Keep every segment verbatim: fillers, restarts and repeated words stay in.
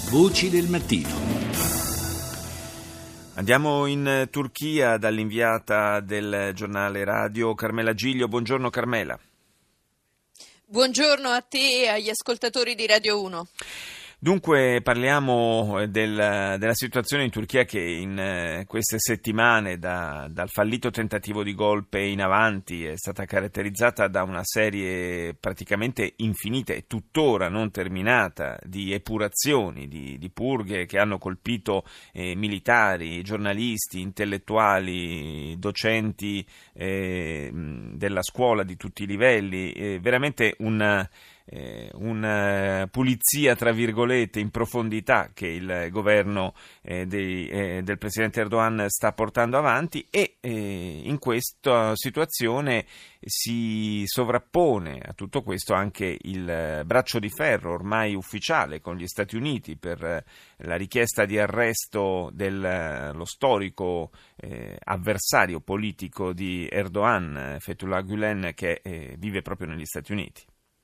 Voci del mattino. Andiamo in Turchia dall'inviata del giornale radio Carmela Giglio. Buongiorno Carmela. Buongiorno a te e agli ascoltatori di Radio uno. Dunque parliamo del, della situazione in Turchia che in eh, queste settimane da, dal fallito tentativo di golpe in avanti è stata caratterizzata da una serie praticamente infinita e tuttora non terminata di epurazioni, di, di purghe che hanno colpito eh, militari, giornalisti, intellettuali, docenti eh, della scuola di tutti i livelli, eh, veramente un... Eh, una pulizia tra virgolette in profondità che il governo eh, dei, eh, del presidente Erdogan sta portando avanti e eh, in questa situazione si sovrappone a tutto questo anche il braccio di ferro ormai ufficiale con gli Stati Uniti per eh, la richiesta di arresto dello storico eh, avversario politico di Erdogan, Fethullah Gülen, che eh, vive proprio negli Stati Uniti.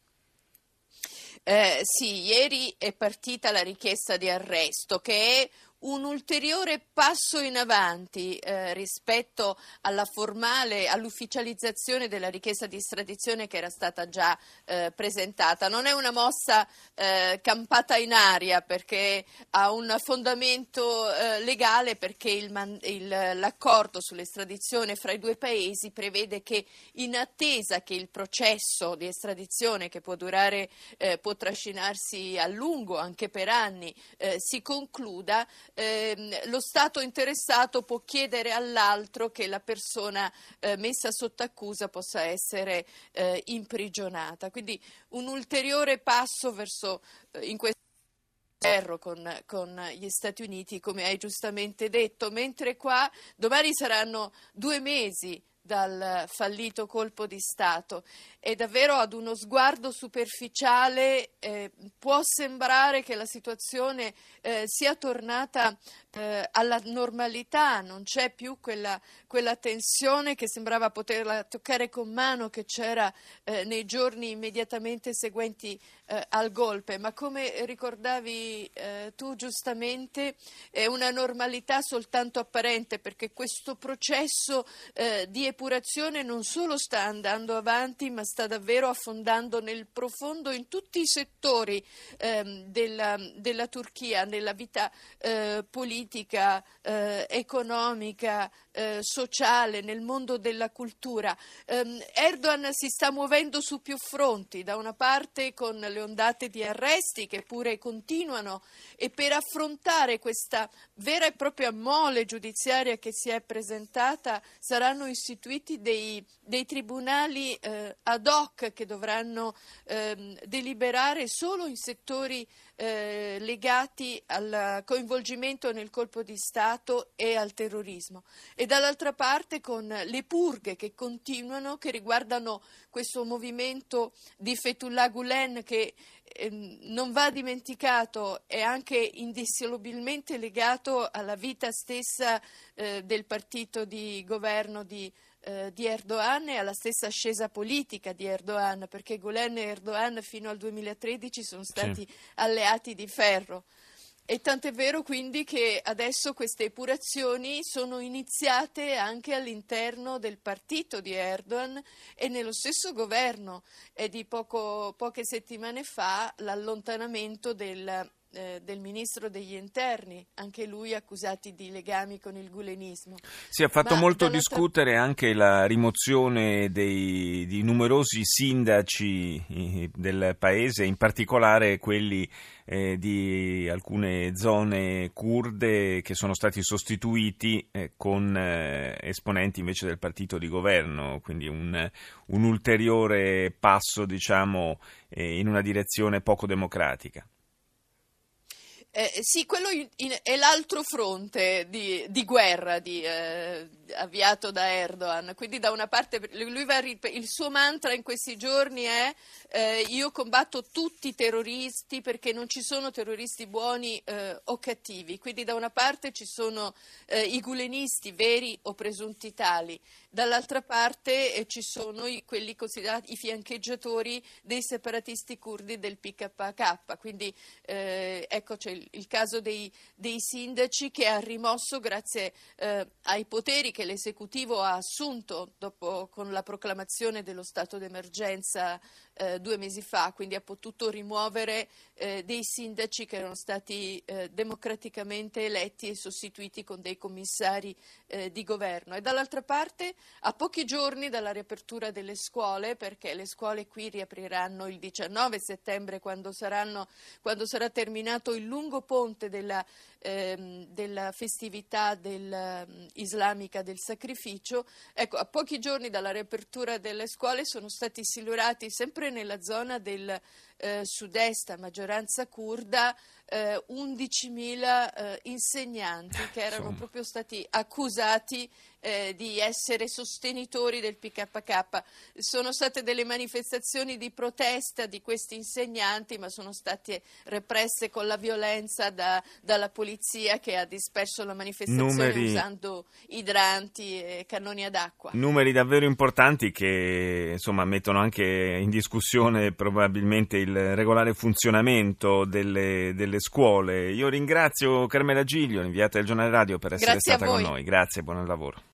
Eh, sì, ieri è partita la richiesta di arresto, che è un ulteriore passo in avanti eh, rispetto alla formale, all'ufficializzazione della richiesta di estradizione che era stata già eh, presentata. Non è una mossa eh, campata in aria perché ha un fondamento eh, legale, perché il man- il, l'accordo sull'estradizione fra i due paesi prevede che, in attesa che il processo di estradizione, che può durare, eh, può trascinarsi a lungo, anche per anni, eh, si concluda, Eh, lo Stato interessato può chiedere all'altro che la persona eh, messa sotto accusa possa essere eh, imprigionata. Quindi un ulteriore passo verso eh, in questo ferro con, con gli Stati Uniti, come hai giustamente detto, mentre qua domani saranno due mesi dal fallito colpo di Stato e davvero ad uno sguardo superficiale eh, può sembrare che la situazione eh, sia tornata eh, alla normalità, non c'è più quella, quella tensione che sembrava poterla toccare con mano che c'era eh, nei giorni immediatamente seguenti eh, al golpe, ma come ricordavi eh, tu giustamente è una normalità soltanto apparente, perché questo processo eh, di epurazione non solo sta andando avanti, ma sta davvero affondando nel profondo in tutti i settori ehm, della, della Turchia, nella vita eh, politica, eh, economica, eh, sociale, nel mondo della cultura. Um, Erdogan si sta muovendo su più fronti, da una parte con le ondate di arresti che pure continuano, e per affrontare questa vera e propria mole giudiziaria che si è presentata saranno istituiti dei, dei tribunali eh, ad hoc che dovranno eh, deliberare solo in settori eh, legati al coinvolgimento nel colpo di Stato e al terrorismo, e dall'altra parte con le purghe che continuano, che riguardano questo movimento di Fethullah Gülen che eh, non va dimenticato, è anche indissolubilmente legato alla vita stessa eh, del partito di governo di Eh, di Erdogan e alla stessa ascesa politica di Erdogan, perché Gülen e Erdogan fino al duemilatredici sono stati sì. alleati di ferro. E tant'è vero quindi che adesso queste epurazioni sono iniziate anche all'interno del partito di Erdogan e nello stesso governo. È di poco, poche settimane fa l'allontanamento del Eh, del ministro degli interni, anche lui accusati di legami con il gulenismo. Si è fatto Ma molto dall'altra... discutere anche la rimozione dei, di numerosi sindaci del paese, in particolare quelli eh, di alcune zone curde che sono stati sostituiti eh, con eh, esponenti invece del partito di governo, quindi un, un ulteriore passo, diciamo, eh, in una direzione poco democratica. Eh, sì, quello in, in, è l'altro fronte di, di guerra di, eh, avviato da Erdogan. Quindi da una parte lui va, il suo mantra in questi giorni è eh, io combatto tutti i terroristi perché non ci sono terroristi buoni eh, o cattivi. Quindi da una parte ci sono eh, i gulenisti veri o presunti tali, dall'altra parte eh, ci sono i, quelli considerati i fiancheggiatori dei separatisti curdi del P K K. Quindi eh, ecco c'è il il, il caso dei, dei sindaci, che ha rimosso, grazie eh, ai poteri che l'esecutivo ha assunto dopo con la proclamazione dello stato d'emergenza eh, due mesi fa, quindi ha potuto rimuovere eh, dei sindaci che erano stati eh, democraticamente eletti e sostituiti con dei commissari eh, di governo. E dall'altra parte, a pochi giorni dalla riapertura delle scuole, perché le scuole qui riapriranno il diciannove settembre, quando, saranno, quando sarà terminato il lungo ponte della, ehm, della festività del, um, islamica del sacrificio, ecco, a pochi giorni dalla riapertura delle scuole sono stati silurati, sempre nella zona del eh, sud-est, a maggioranza curda, eh, undicimila eh, insegnanti che erano Insomma. proprio stati accusati eh, di essere sostenitori del P K K. Sono state delle manifestazioni di protesta di questi insegnanti, ma sono state represse con la violenza da, dalla polizia, che ha disperso la manifestazione Numeri... usando idranti e cannoni ad acqua. Numeri davvero importanti che insomma mettono anche in discussione probabilmente il regolare funzionamento delle, delle scuole. Io ringrazio Carmela Giglio, inviata del Giornale Radio, per essere Grazie stata con noi. Grazie, buon lavoro.